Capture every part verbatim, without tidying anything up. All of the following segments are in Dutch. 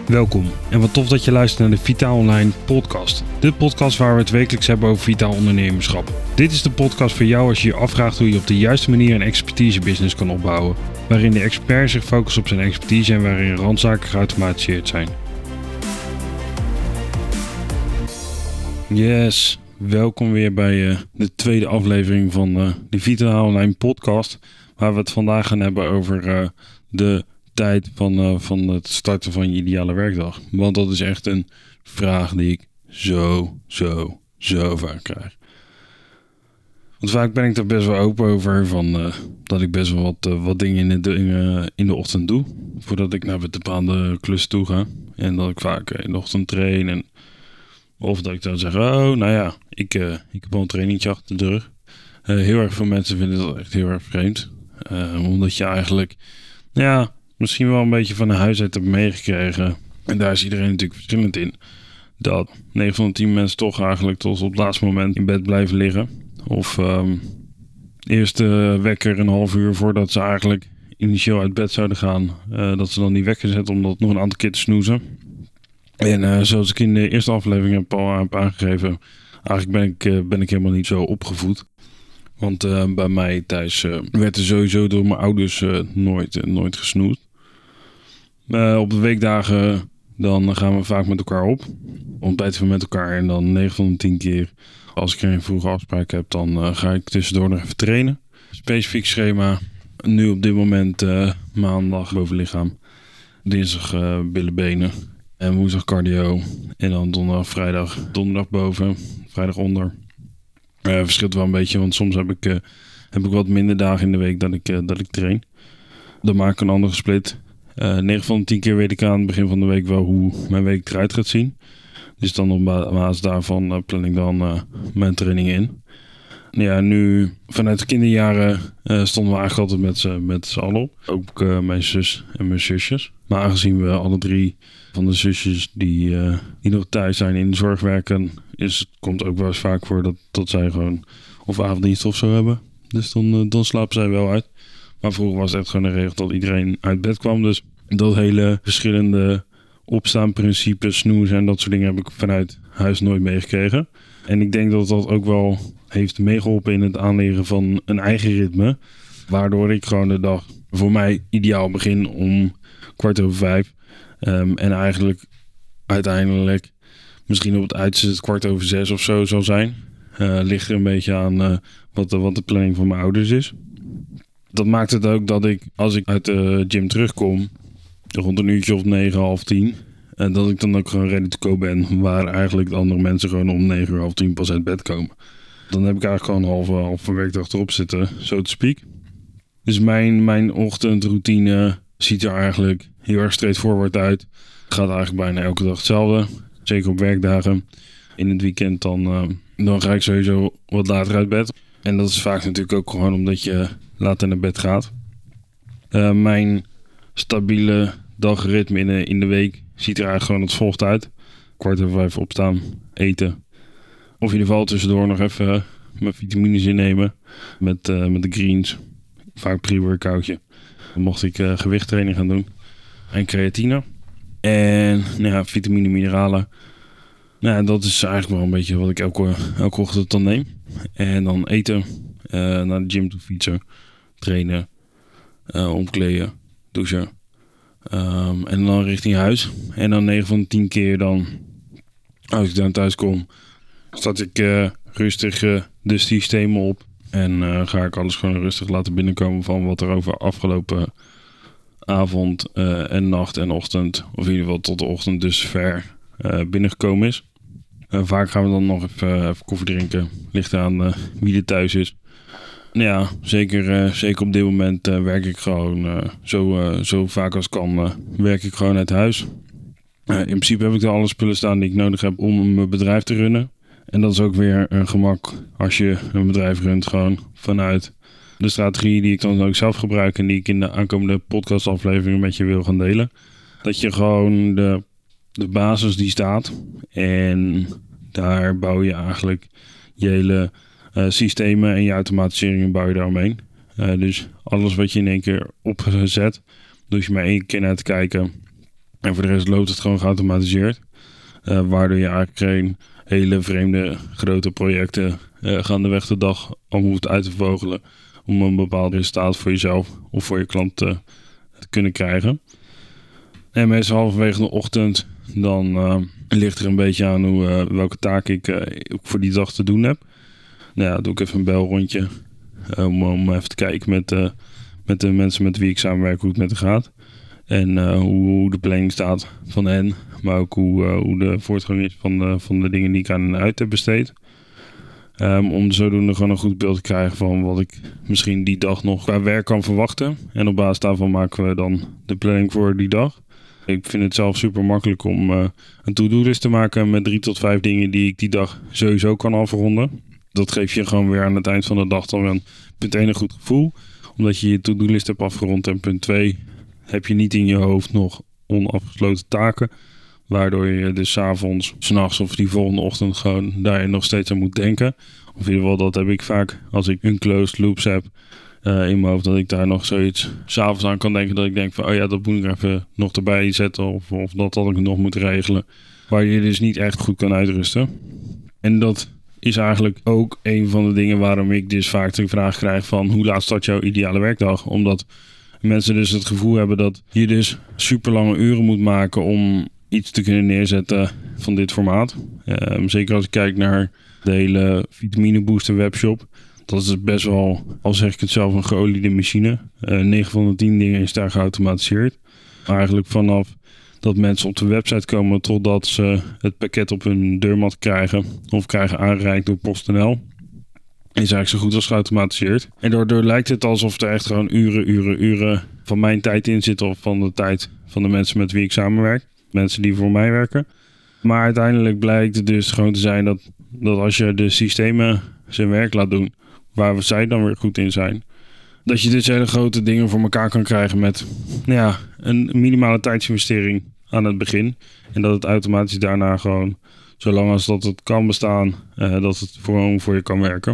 Welkom en wat tof dat je luistert naar de Vitaal Online podcast. De podcast waar we het wekelijks hebben over vitaal ondernemerschap. Dit is de podcast voor jou als je je afvraagt hoe je op de juiste manier een expertise-business kan opbouwen. Waarin de expert zich focust op zijn expertise en waarin randzaken geautomatiseerd zijn. Yes, welkom weer bij uh, de tweede aflevering van uh, de Vitaal Online podcast. Waar we het vandaag gaan hebben over uh, de tijd van, uh, van het starten van je ideale werkdag. Want dat is echt een vraag die ik zo, zo, zo vaak krijg. Want vaak ben ik er best wel open over van uh, dat ik best wel wat, uh, wat dingen in de, uh, in de ochtend doe. Voordat ik naar de bepaalde klus toe ga. En dat ik vaak uh, in de ochtend train. En, of dat ik dan zeg, oh nou ja, ik, uh, ik heb al een trainingtje achter de rug. Uh, heel erg veel mensen vinden dat echt heel erg vreemd. Uh, omdat je eigenlijk, ja, misschien wel een beetje van de huis uit hebt meegekregen. En daar is iedereen natuurlijk verschillend in. Dat negen van de tien mensen toch eigenlijk tot op het laatste moment in bed blijven liggen. Of um, eerst uh, wekker een half uur voordat ze eigenlijk initieel uit bed zouden gaan. Uh, dat ze dan die wekker zetten om dat nog een aantal keer te snoezen. En uh, zoals ik in de eerste aflevering heb al heb aangegeven, eigenlijk ben ik, uh, ben ik helemaal niet zo opgevoed. Want uh, bij mij thuis uh, werd er sowieso door mijn ouders uh, nooit, uh, nooit gesnoest. Uh, op de weekdagen dan gaan we vaak met elkaar op. Ontbijten we met elkaar en dan negen van de tien keer, als ik geen vroege afspraak heb, dan uh, ga ik tussendoor nog even trainen. Specifiek schema. Nu op dit moment uh, maandag bovenlichaam. Dinsdag uh, billen, benen. En woensdag cardio. En dan donderdag, vrijdag. Donderdag boven, vrijdag onder. Uh, verschilt wel een beetje, want soms heb ik, uh, heb ik wat minder dagen in de week dat ik, uh, dat ik train. Dan maak ik een andere split. Uh, negen van de tien keer weet ik aan het begin van de week wel hoe mijn week eruit gaat zien. Dus dan op basis daarvan uh, plan ik dan uh, mijn trainingen in. Ja, nu vanuit de kinderjaren uh, stonden we eigenlijk altijd met z'n, met z'n allen op. Ook uh, mijn zus en mijn zusjes. Maar aangezien we alle drie van de zusjes die, uh, die nog thuis zijn in de zorg werken, is, het komt ook wel eens vaak voor dat, dat zij gewoon of avonddienst of zo hebben. Dus dan, uh, dan slapen zij wel uit. Maar vroeger was het echt gewoon een regel dat iedereen uit bed kwam. Dus dat hele verschillende opstaanprincipes, snoezen en dat soort dingen heb ik vanuit huis nooit meegekregen. En ik denk dat dat ook wel heeft meegeholpen in het aanleren van een eigen ritme. Waardoor ik gewoon de dag voor mij ideaal begin om kwart over vijf. Um, en eigenlijk uiteindelijk misschien op het uiterste kwart over zes of zo zal zijn. Uh, ligt er een beetje aan uh, wat, de, wat de planning van mijn ouders is. Dat maakt het ook dat ik, als ik uit de gym terugkom, rond een uurtje of negen, half tien, en dat ik dan ook gewoon ready to go ben, waar eigenlijk de andere mensen gewoon om negen uur, half tien pas uit bed komen. Dan heb ik eigenlijk gewoon een halve, halve werkdag erop zitten, zo te speak. Dus mijn, mijn ochtendroutine ziet er eigenlijk heel erg straightforward uit. Het gaat eigenlijk bijna elke dag hetzelfde, zeker op werkdagen. In het weekend dan, uh, dan ga ik sowieso wat later uit bed. En dat is vaak natuurlijk ook gewoon omdat je later naar bed gaat. Uh, mijn stabiele dagritme in de, in de week ziet er eigenlijk gewoon als volgt uit. Kwart over vijf opstaan, eten. Of in ieder geval tussendoor nog even uh, mijn vitamines innemen. Met, uh, met de greens. Vaak pre-workoutje. Dan mocht ik uh, gewichttraining gaan doen. En creatine. En nou ja, vitamine, mineralen. Nou ja, dat is eigenlijk wel een beetje wat ik elke, elke ochtend dan neem. En dan eten. Uh, naar de gym toe fietsen. Trainen. Uh, omkleden. Douchen. Um, en dan richting huis. En dan negen van de tien keer dan, als ik dan thuis kom, start ik uh, rustig uh, de systemen op. En uh, ga ik alles gewoon rustig laten binnenkomen van wat er over afgelopen avond uh, en nacht en ochtend, of in ieder geval tot de ochtend dus ver uh, binnengekomen is. Uh, vaak gaan we dan nog even, uh, even koffie drinken. Ligt aan uh, wie er thuis is. Ja, zeker, uh, zeker op dit moment uh, werk ik gewoon uh, zo, uh, zo vaak als kan, uh, werk ik gewoon uit huis. Uh, in principe heb ik er alle spullen staan die ik nodig heb om mijn bedrijf te runnen. En dat is ook weer een gemak als je een bedrijf runt, gewoon vanuit de strategie die ik dan ook zelf gebruik en die ik in de aankomende podcastaflevering met je wil gaan delen. Dat je gewoon de, de basis die staat en daar bouw je eigenlijk je hele uh, systemen en je automatiseringen bouw je daaromheen. Uh, dus alles wat je in één keer opgezet, dus je maar één keer naar te kijken En voor de rest loopt het gewoon geautomatiseerd. Uh, waardoor je eigenlijk geen hele vreemde grote projecten uh, gaandeweg de dag al moet uit te vogelen om een bepaald resultaat voor jezelf of voor je klant uh, te kunnen krijgen. En meestal halverwege de ochtend dan uh, ligt er een beetje aan hoe, uh, welke taak ik uh, voor die dag te doen heb. Nou ja, doe ik even een belrondje uh, om, om even te kijken met, uh, met de mensen met wie ik samenwerk hoe het met hen gaat. En uh, hoe, hoe de planning staat van hen, maar ook hoe, uh, hoe de voortgang is van de, van de dingen die ik aan hen uit heb besteed. Um, om zodoende gewoon een goed beeld te krijgen van wat ik misschien die dag nog qua werk kan verwachten. En op basis daarvan maken we dan de planning voor die dag. Ik vind het zelf super makkelijk om uh, een to-do-list te maken met drie tot vijf dingen die ik die dag sowieso kan afronden. Dat geeft je gewoon weer aan het eind van de dag dan wel punt één een goed gevoel. Omdat je je to-do-list hebt afgerond. En punt twee heb je niet in je hoofd nog onafgesloten taken. Waardoor je dus 's avonds, 's nachts of die volgende ochtend gewoon daar nog steeds aan moet denken. Of in ieder geval dat heb ik vaak als ik unclosed loops heb uh, in mijn hoofd. Dat ik daar nog zoiets 's avonds aan kan denken. Dat ik denk van oh ja, dat moet ik even nog erbij zetten. Of, of dat had ik nog moet regelen. Waar je dus niet echt goed kan uitrusten. En dat is eigenlijk ook een van de dingen waarom ik dus vaak de vraag krijg van hoe laat start jouw ideale werkdag? Omdat mensen dus het gevoel hebben dat je dus super lange uren moet maken om iets te kunnen neerzetten van dit formaat. Uh, zeker als ik kijk naar de hele Vitamine Booster webshop. Dat is best wel, al zeg ik het zelf, een geoliede machine. Uh, negen van de tien dingen is daar geautomatiseerd. Maar eigenlijk vanaf dat mensen op de website komen totdat ze het pakket op hun deurmat krijgen of krijgen aangereikt door PostNL, is eigenlijk zo goed als geautomatiseerd. En daardoor lijkt het alsof er echt gewoon uren, uren, uren van mijn tijd in zitten of van de tijd van de mensen met wie ik samenwerk. Mensen die voor mij werken. Maar uiteindelijk blijkt het dus gewoon te zijn dat, dat als je de systemen zijn werk laat doen, waar we zij dan weer goed in zijn, dat je dus hele grote dingen voor elkaar kan krijgen met nou ja, een minimale tijdsinvestering aan het begin. En dat het automatisch daarna gewoon, zolang als dat het kan bestaan, uh, dat het gewoon voor je kan werken.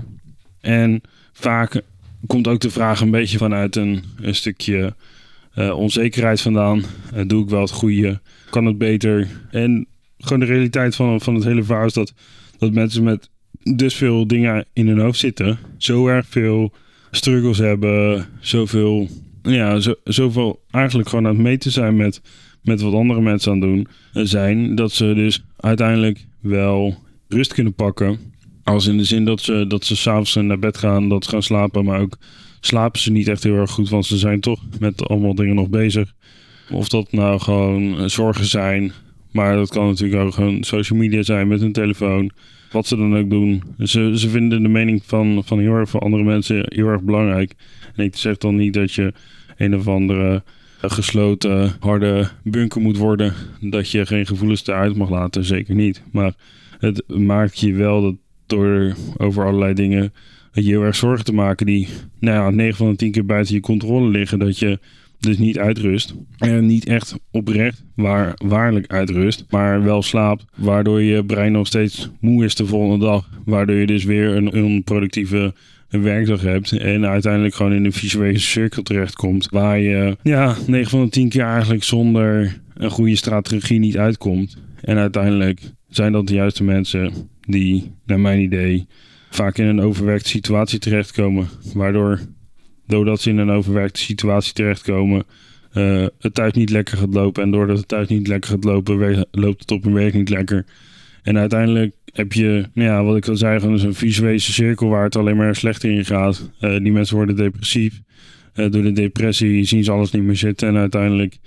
En vaak komt ook de vraag een beetje vanuit een, een stukje uh, onzekerheid vandaan. Uh, doe ik wel het goede? Kan het beter? En gewoon de realiteit van, van het hele verhaal is dat, dat mensen met dus veel dingen in hun hoofd zitten, zo erg veel struggles hebben, zoveel, ja, zo, zoveel eigenlijk gewoon aan het meten zijn met, met wat andere mensen aan het doen zijn, dat ze dus uiteindelijk wel rust kunnen pakken. Als in de zin dat ze, dat ze 's avonds naar bed gaan, dat ze gaan slapen, maar ook slapen ze niet echt heel erg goed, want ze zijn toch met allemaal dingen nog bezig. Of dat nou gewoon zorgen zijn, maar dat kan natuurlijk ook gewoon social media zijn met hun telefoon. Wat ze dan ook doen. Ze, ze vinden de mening van, van heel erg veel andere mensen heel erg belangrijk. En ik zeg dan niet dat je een of andere gesloten, harde bunker moet worden. Dat je geen gevoelens eruit mag laten. Zeker niet. Maar het maakt je wel dat door over allerlei dingen dat je heel erg zorgen te maken die nou ja, negen van de tien keer buiten je controle liggen. Dat je dus niet uitrust. En niet echt oprecht waar, waarlijk uitrust. Maar wel slaapt. Waardoor je brein nog steeds moe is de volgende dag. Waardoor je dus weer een onproductieve werkdag hebt. En uiteindelijk gewoon in een visuele cirkel terechtkomt. Waar je ja, negen van de tien keer eigenlijk zonder een goede strategie niet uitkomt. En uiteindelijk zijn dat de juiste mensen die, naar mijn idee, vaak in een overwerkte situatie terechtkomen. Waardoor Doordat ze in een overwerkte situatie terechtkomen, uh, het thuis niet lekker gaat lopen. En doordat het thuis niet lekker gaat lopen, we- loopt het op hun werk niet lekker. En uiteindelijk heb je, nou ja, wat ik al zei, gewoon een visuele cirkel waar het alleen maar slechter in gaat. Uh, die mensen worden depressief. Uh, door de depressie zien ze alles niet meer zitten. En uiteindelijk,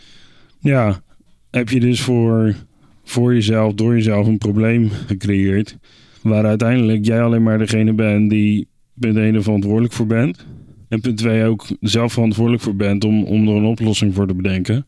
ja, heb je dus voor, voor jezelf, door jezelf een probleem gecreëerd. Waar uiteindelijk jij alleen maar degene bent die punt één er verantwoordelijk voor bent. En punt twee ook zelf verantwoordelijk voor bent om, om er een oplossing voor te bedenken.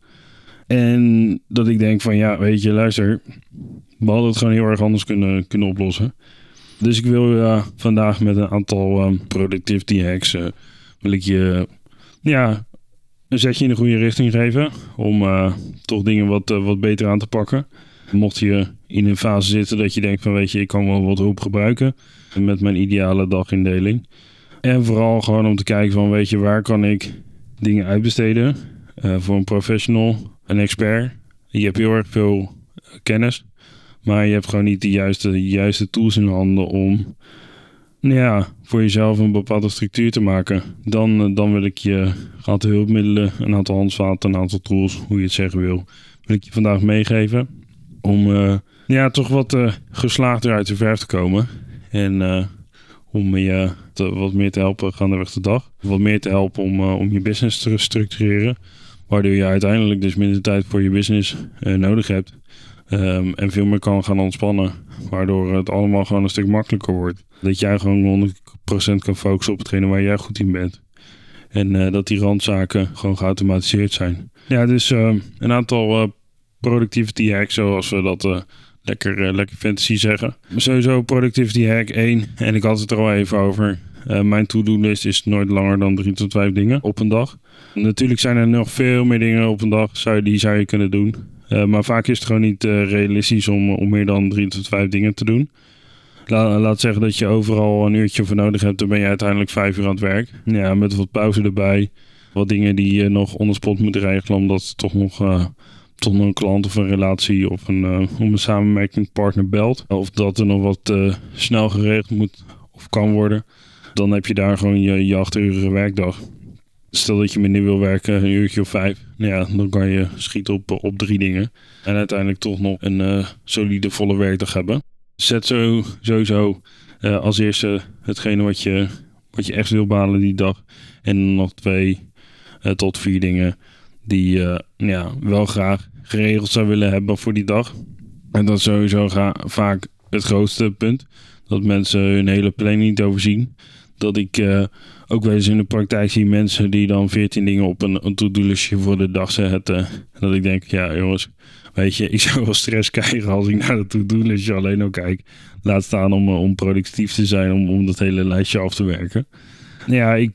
En dat ik denk van ja, weet je, luister, we hadden het gewoon heel erg anders kunnen, kunnen oplossen. Dus ik wil uh, vandaag met een aantal um, productivity hacks uh, wil ik je ja, een zetje in de goede richting geven. Om uh, toch dingen wat, uh, wat beter aan te pakken. Mocht je in een fase zitten dat je denkt van weet je, ik kan wel wat hulp gebruiken met mijn ideale dagindeling. En vooral gewoon om te kijken van weet je, waar kan ik dingen uitbesteden uh, voor een professional, een expert. je hebt heel erg veel kennis, maar je hebt gewoon niet de juiste, de juiste tools in handen om ja, voor jezelf een bepaalde structuur te maken. Dan, dan wil ik je een aantal hulpmiddelen, een aantal handvaten, een aantal tools, hoe je het zeggen wil, wil ik je vandaag meegeven. Om uh, ja, toch wat uh, geslaagder uit de verf te komen. En uh, om je te, wat meer te helpen gaandeweg de dag. Wat meer te helpen om, uh, om je business te structureren. Waardoor je uiteindelijk dus minder tijd voor je business uh, nodig hebt. Um, en veel meer kan gaan ontspannen. Waardoor het allemaal gewoon een stuk makkelijker wordt. Dat jij gewoon honderd procent kan focussen op hetgene waar jij goed in bent. En uh, dat die randzaken gewoon geautomatiseerd zijn. Ja, dus uh, een aantal uh, productivity hacks, zoals we dat uh, lekker, uh, lekker fantasy zeggen. Sowieso productivity hack één. En ik had het er al even over. Uh, mijn to-do list is nooit langer dan drie tot vijf dingen op een dag. Natuurlijk zijn er nog veel meer dingen op een dag. Zou, die zou je kunnen doen. Uh, maar vaak is het gewoon niet uh, realistisch om, om meer dan drie tot vijf dingen te doen. La, laat zeggen dat je overal een uurtje voor nodig hebt. Dan ben je uiteindelijk vijf uur aan het werk. Ja, met wat pauze erbij. Wat dingen die je nog on the spot moet regelen. Omdat toch nog, uh, toch nog een klant of een relatie of een, uh, om een samenwerkingspartner belt. Of dat er nog wat uh, snel geregeld moet of kan worden. Dan heb je daar gewoon je, je acht uurige werkdag. Stel dat je minder wil werken, een uurtje of vijf. Nou ja, dan kan je schieten op, op drie dingen. En uiteindelijk toch nog een uh, solide volle werkdag hebben. Zet zo, sowieso uh, als eerste hetgene wat je, wat je echt wil behalen die dag. En dan nog twee uh, tot vier dingen die je uh, ja, wel graag geregeld zou willen hebben voor die dag. En dat is sowieso ga, vaak het grootste punt. Dat mensen hun hele planning niet overzien. Dat ik uh, ook wel eens in de praktijk zie mensen die dan veertien dingen op een, een to-do-listje voor de dag zetten. En dat ik denk, ja jongens, weet je, ik zou wel stress krijgen als ik naar dat to-do-listje alleen ook kijk. Laat staan om, om productief te zijn, om, om dat hele lijstje af te werken. Ja, ik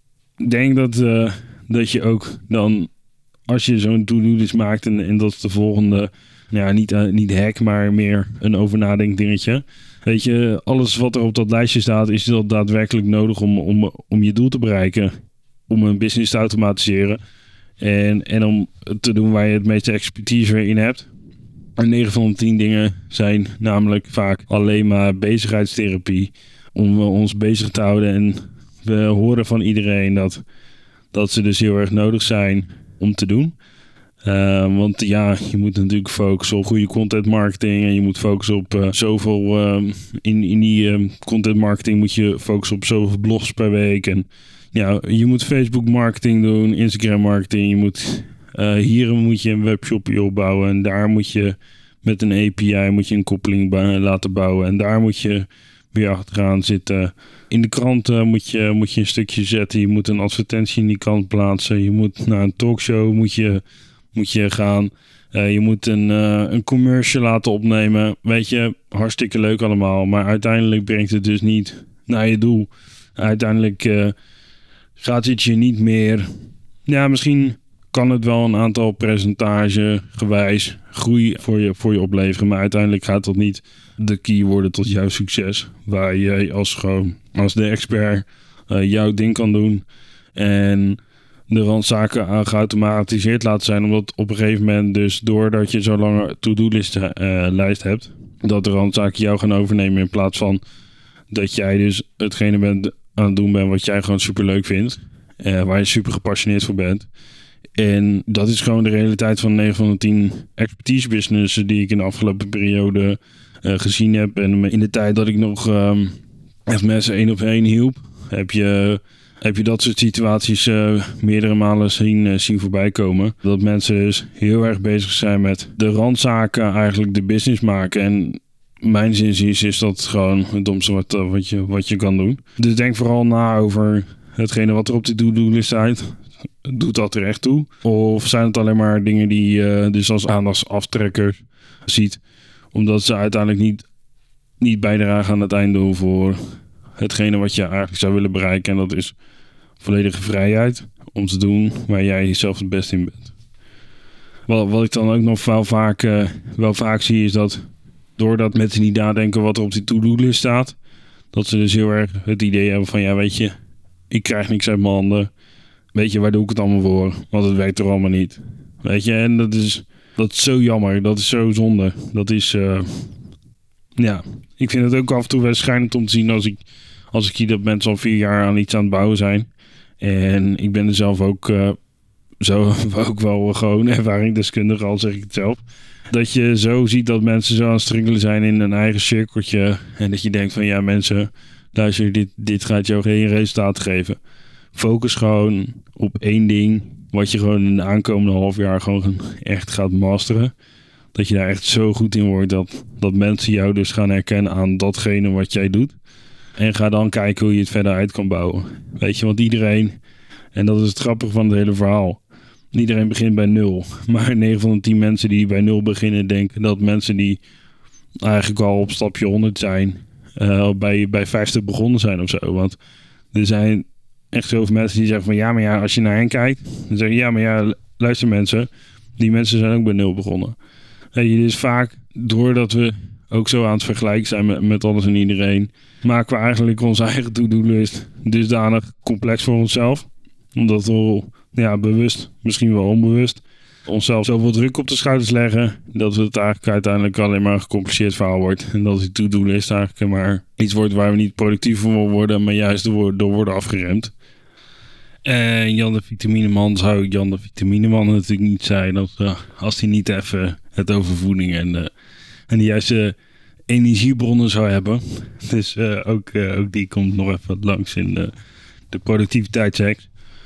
denk dat, uh, dat je ook dan, als je zo'n to-do-list maakt en, en dat is de volgende, ja, niet, uh, niet hack, maar meer een overnadenk dingetje. Weet je, alles wat er op dat lijstje staat, is dat daadwerkelijk nodig om, om, om je doel te bereiken. Om een business te automatiseren. En, en om te doen waar je het meeste expertise weer in hebt. En negen van de tien dingen zijn namelijk vaak alleen maar bezigheidstherapie. Om ons bezig te houden. En we horen van iedereen dat, dat ze dus heel erg nodig zijn om te doen. Uh, want ja, je moet natuurlijk focussen op goede content marketing. En je moet focussen op uh, zoveel... Uh, in, in die uh, content marketing moet je focussen op zoveel blogs per week. En ja, je moet Facebook marketing doen, Instagram marketing. Je moet, uh, hier moet je een webshop opbouwen. En daar moet je met een A P I moet je een koppeling ba- laten bouwen. En daar moet je weer achteraan zitten. In de krant uh, moet, je, moet je een stukje zetten. Je moet een advertentie in die krant plaatsen. Je moet naar een talkshow moet je... moet je gaan. Uh, je moet een, uh, een commercial laten opnemen. Weet je, hartstikke leuk allemaal. Maar uiteindelijk brengt het dus niet naar je doel. Uiteindelijk uh, gaat het je niet meer... Ja, misschien kan het wel een aantal percentage gewijs groei voor je, voor je opleveren. Maar uiteindelijk gaat dat niet de key worden tot jouw succes. Waar je als, gewoon, als de expert uh, jouw ding kan doen. En... de randzaken geautomatiseerd laten zijn. Omdat op een gegeven moment dus doordat je zo'n lange to-do-list uh, lijst hebt. Dat de randzaken jou gaan overnemen. In plaats van dat jij dus hetgene bent aan het doen bent wat jij gewoon super leuk vindt. Uh, waar je super gepassioneerd voor bent. En dat is gewoon de realiteit van negen van de tien expertise businessen die ik in de afgelopen periode uh, gezien heb. En in de tijd dat ik nog um, echt mensen één op één hielp. Heb je... heb je dat soort situaties uh, meerdere malen zien, uh, zien voorbij komen. Dat mensen dus heel erg bezig zijn met de randzaken, eigenlijk de business maken. En mijn zin is, is dat gewoon het domste wat, uh, wat, je, wat je kan doen. Dus denk vooral na over hetgene wat er op de to-do-list staat. Doet dat er echt toe? Of zijn het alleen maar dingen die je uh, dus als aandachtsaftrekker ziet? Omdat ze uiteindelijk niet, niet bijdragen aan het einddoel voor... hetgene wat je eigenlijk zou willen bereiken. En dat is volledige vrijheid om te doen waar jij jezelf het best in bent. Wat, wat ik dan ook nog wel vaak, uh, wel vaak zie is dat doordat mensen niet nadenken wat er op die to-do-list staat. Dat ze dus heel erg het idee hebben van ja weet je, ik krijg niks uit mijn handen. Weet je, waar doe ik het allemaal voor? Want het werkt toch allemaal niet. Weet je, en dat is Dat is zo jammer. Dat is zo zonde. Dat is... Uh, ja, ik vind het ook af en toe wel schijnend om te zien als ik, als ik zie dat mensen al vier jaar aan iets aan het bouwen zijn. En ik ben er zelf ook, uh, zo, ook wel gewoon ervaringsdeskundige, al zeg ik het zelf. Dat je zo ziet dat mensen zo aan het struggelen zijn in een eigen cirkeltje. En dat je denkt van ja mensen, luister, dit, dit gaat jou geen resultaat geven. Focus gewoon op één ding. Wat je gewoon in de aankomende half jaar gewoon echt gaat masteren. Dat je daar echt zo goed in wordt dat, dat mensen jou dus gaan herkennen aan datgene wat jij doet. En ga dan kijken hoe je het verder uit kan bouwen. Weet je, want iedereen, en dat is het grappige van het hele verhaal. Iedereen begint bij nul. Maar negen van de tien mensen die bij nul beginnen denken dat mensen die eigenlijk al op stapje honderd zijn, uh, bij, bij vijftig begonnen zijn of zo. Want er zijn echt zoveel mensen die zeggen van ja, maar ja, als je naar hen kijkt, dan zeg je ja, maar ja, luister mensen, die mensen zijn ook bij nul begonnen. Weet je, dus vaak, doordat we ook zo aan het vergelijken zijn met, met alles en iedereen, maken we eigenlijk onze eigen to-do-list dusdanig complex voor onszelf. Omdat we ja, bewust, misschien wel onbewust, onszelf zoveel druk op de schouders leggen, dat het eigenlijk uiteindelijk alleen maar een gecompliceerd verhaal wordt. En dat die to-do-list eigenlijk maar iets wordt waar we niet productief voor worden, maar juist door, door worden afgeremd. En Jan de Vitamineman zou Jan de Vitamineman natuurlijk niet zijn als, uh, als hij niet even het over voeding en, uh, en de juiste energiebronnen zou hebben. Dus uh, ook, uh, ook die komt nog even langs in de, de productiviteitscheck.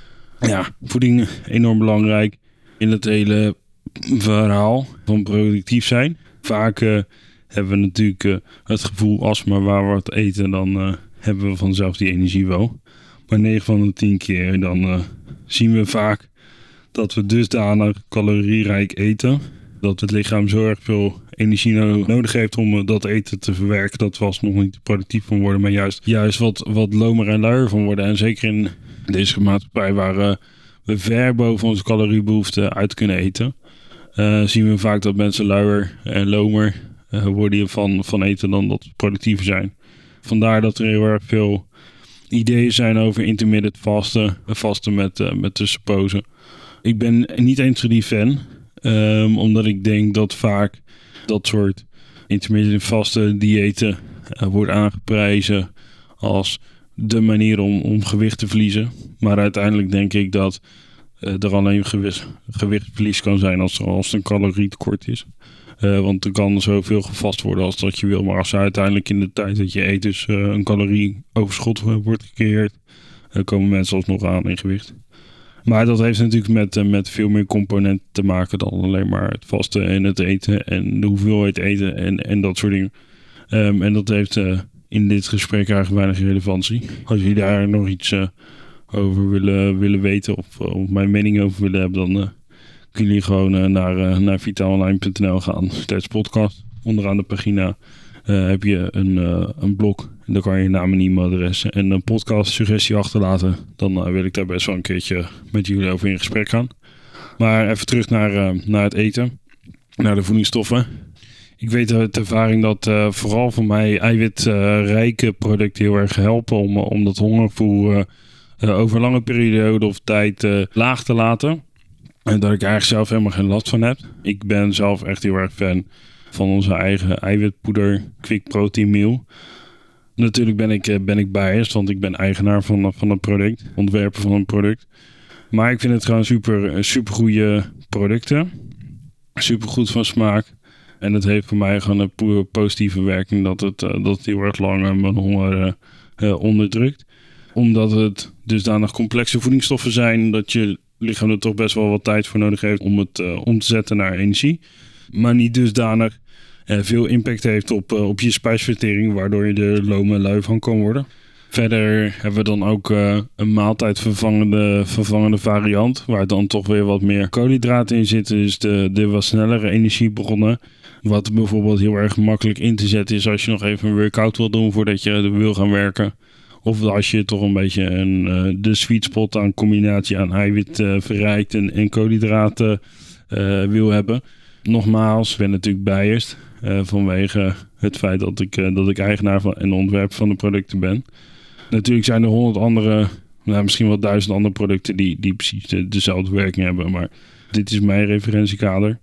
Ja, voeding enorm belangrijk in het hele verhaal van productief zijn. Vaak uh, hebben we natuurlijk uh, het gevoel als we maar waar wat eten, dan uh, hebben we vanzelf die energie wel. Maar negen van de tien keer dan uh, zien we vaak dat we dusdanig calorierijk eten, dat het lichaam zo erg veel energie no- nodig heeft om uh, dat eten te verwerken, dat we alsnog niet productief van worden, maar juist, juist wat, wat lomer en luier van worden. En zeker in deze maatschappij waar uh, we ver boven onze caloriebehoeften uit kunnen eten, uh, zien we vaak dat mensen luier en lomer uh, worden van, van eten dan dat ze productiever zijn. Vandaar dat er heel erg veel ideeën zijn over intermittent vasten, vasten met, uh, met tussenpozen. Ik ben niet eens die fan, um, omdat ik denk dat vaak dat soort intermittent vasten diëten uh, wordt aangeprezen als de manier om, om gewicht te verliezen. Maar uiteindelijk denk ik dat uh, er alleen gewicht, gewichtverlies kan zijn als er, als er een calorietekort is. Uh, want er kan zoveel gevast worden als dat je wil. Maar als er uiteindelijk in de tijd dat je eet dus uh, een calorieoverschot wordt gecreëerd, uh, komen mensen alsnog aan in gewicht. Maar dat heeft natuurlijk met, uh, met veel meer componenten te maken dan alleen maar het vasten en het eten en de hoeveelheid eten en, en dat soort dingen. Um, en dat heeft uh, in dit gesprek eigenlijk weinig relevantie. Als jullie daar nog iets uh, over willen, willen weten of, uh, of mijn mening over willen hebben, dan uh, kunnen jullie gewoon uh, naar, uh, naar vitaalonline punt n l gaan. Tijdens podcast. Onderaan de pagina uh, heb je een, uh, een blog. En dan kan je je naam en e-mailadres en een podcast suggestie achterlaten. Dan uh, wil ik daar best wel een keertje met jullie over in gesprek gaan. Maar even terug naar, uh, naar het eten. Naar de voedingsstoffen. Ik weet uit ervaring dat uh, vooral voor mij eiwitrijke uh, producten heel erg helpen om, om dat hongergevoel uh, uh, over een lange periode of tijd uh, laag te laten. En dat ik eigenlijk zelf helemaal geen last van heb. Ik ben zelf echt heel erg fan van onze eigen eiwitpoeder, Quick Protein Meal. Natuurlijk ben ik, uh, ben ik biased, want ik ben eigenaar van, van een product, ontwerper van een product. Maar ik vind het gewoon super, super goede producten. Super goed van smaak. En het heeft voor mij gewoon een pure positieve werking dat het, uh, dat het heel erg lang uh, mijn honger uh, uh, onderdrukt. Omdat het dusdanig complexe voedingsstoffen zijn dat je lichaam er toch best wel wat tijd voor nodig heeft om het uh, om te zetten naar energie. Maar niet dusdanig uh, veel impact heeft op, uh, op je spijsvertering, waardoor je er loom en lui van kan worden. Verder hebben we dan ook uh, een maaltijdvervangende vervangende variant, waar dan toch weer wat meer koolhydraten in zitten. Dus de, de wat snellere energiebronnen. Wat bijvoorbeeld heel erg makkelijk in te zetten is als je nog even een workout wil doen voordat je er wil gaan werken. Of als je toch een beetje een, uh, de sweet spot aan combinatie aan eiwit uh, verrijkt en, en koolhydraten uh, wil hebben. Nogmaals, ik ben natuurlijk biased uh, vanwege het feit dat ik, uh, dat ik eigenaar van en ontwerper van de producten ben. Natuurlijk zijn er honderd andere, nou, misschien wel duizend andere producten die, die precies de, dezelfde werking hebben. Maar dit is mijn referentiekader.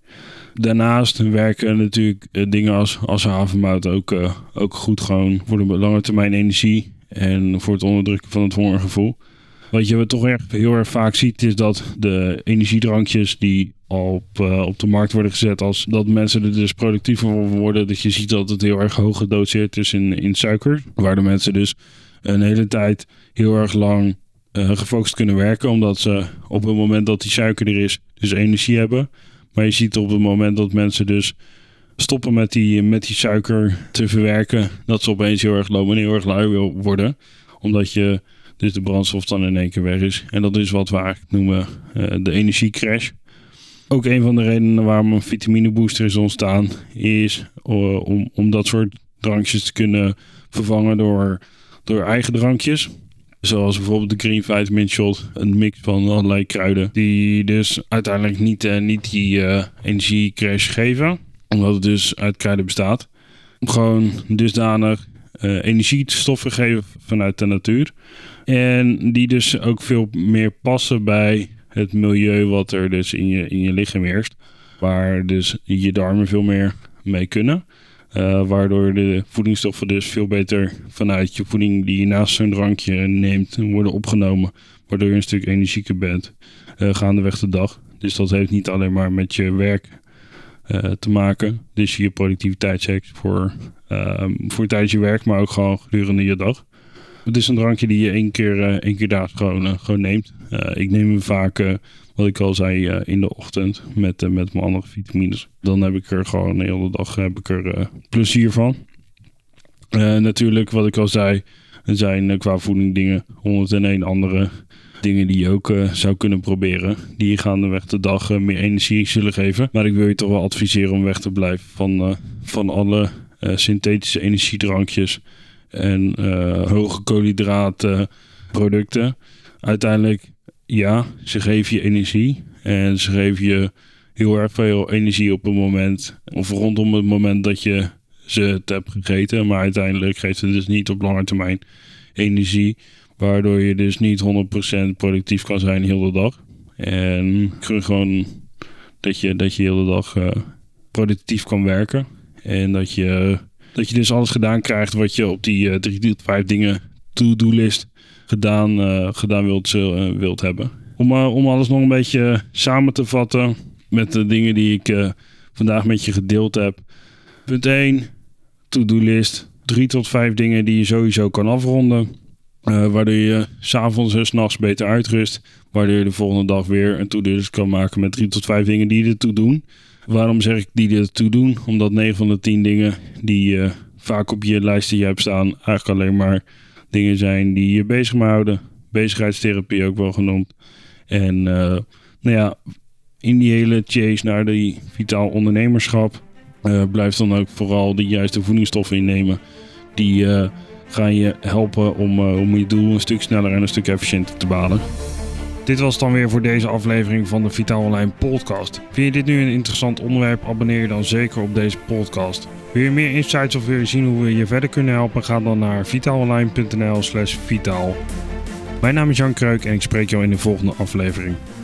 Daarnaast werken natuurlijk uh, dingen als, als havermout ook, uh, ook goed gewoon voor de lange termijn energie en voor het onderdrukken van het hongergevoel. Wat je toch echt heel erg vaak ziet is dat de energiedrankjes die op, uh, op de markt worden gezet als dat mensen er dus productiever van worden. Dat je ziet dat het heel erg hoog gedoseerd is in, in suiker. Waar de mensen dus een hele tijd heel erg lang uh, gefocust kunnen werken. Omdat ze op het moment dat die suiker er is dus energie hebben. Maar je ziet op het moment dat mensen dus stoppen met die, met die suiker te verwerken. Dat ze opeens heel erg loom en heel erg lui worden. Omdat je dus de brandstof dan in één keer weg is. En dat is wat we eigenlijk noemen uh, de energiecrash. Ook een van de redenen waarom een vitaminebooster is ontstaan is uh, om, om dat soort drankjes te kunnen vervangen door, door eigen drankjes. Zoals bijvoorbeeld de Green Vitamin Shot, een mix van allerlei kruiden. Die dus uiteindelijk niet, uh, niet die uh, energiecrash geven. Omdat het dus uit kruiden bestaat. Gewoon dusdanig uh, energiestoffen geven vanuit de natuur. En die dus ook veel meer passen bij het milieu wat er dus in je, in je lichaam heerst. Waar dus je darmen veel meer mee kunnen. Uh, waardoor de voedingsstoffen dus veel beter vanuit je voeding die je naast zo'n drankje neemt worden opgenomen. Waardoor je een stuk energieker bent uh, gaandeweg de dag. Dus dat heeft niet alleen maar met je werk uh, te maken. Dus je productiviteitschecks voor, uh, voor tijdens je werk, maar ook gewoon gedurende je dag. Het is een drankje die je één keer, uh, één keer daags gewoon, uh, gewoon neemt. Uh, ik neem hem vaak, uh, wat ik al zei, uh, in de ochtend met, uh, met mijn andere vitamines. Dan heb ik er gewoon de hele dag heb ik er, uh, plezier van. Uh, natuurlijk, wat ik al zei, er zijn uh, qua voeding dingen, honderdéén andere dingen die je ook uh, zou kunnen proberen. Die je gaandeweg de dag uh, meer energie zullen geven. Maar ik wil je toch wel adviseren om weg te blijven van, uh, van alle uh, synthetische energiedrankjes. En uh, hoge koolhydraten producten. Uiteindelijk, ja, ze geven je energie. En ze geven je heel erg veel energie op het moment. Of rondom het moment dat je ze het hebt gegeten. Maar uiteindelijk geeft het dus niet op lange termijn energie. Waardoor je dus niet honderd procent productief kan zijn de hele dag. En ik gun gewoon dat je, dat je de hele dag uh, productief kan werken. En dat je... Dat je dus alles gedaan krijgt wat je op die uh, drie tot vijf dingen to-do-list gedaan, uh, gedaan wilt, uh, wilt hebben. Om, uh, om alles nog een beetje samen te vatten met de dingen die ik uh, vandaag met je gedeeld heb. Punt één, to-do-list. drie tot vijf dingen die je sowieso kan afronden. Uh, waardoor je 's avonds en 's nachts beter uitrust. Waardoor je de volgende dag weer een to-do-list kan maken met drie tot vijf dingen die ertoe doen. Waarom zeg ik die ertoe doen? Omdat negen van de tien dingen die uh, vaak op je lijst die je hebt staan eigenlijk alleen maar dingen zijn die je bezighouden. Bezigheidstherapie ook wel genoemd. En uh, nou ja, in die hele chase naar die vitaal ondernemerschap uh, blijft dan ook vooral de juiste voedingsstoffen innemen. Die uh, gaan je helpen om, uh, om je doel een stuk sneller en een stuk efficiënter te behalen. Dit was dan weer voor deze aflevering van de Vitaal Online podcast. Vind je dit nu een interessant onderwerp? Abonneer je dan zeker op deze podcast. Wil je meer insights of wil je zien hoe we je verder kunnen helpen? Ga dan naar vitaalonline punt n l slash vitaal. Mijn naam is Jan Kreuk en ik spreek jou in de volgende aflevering.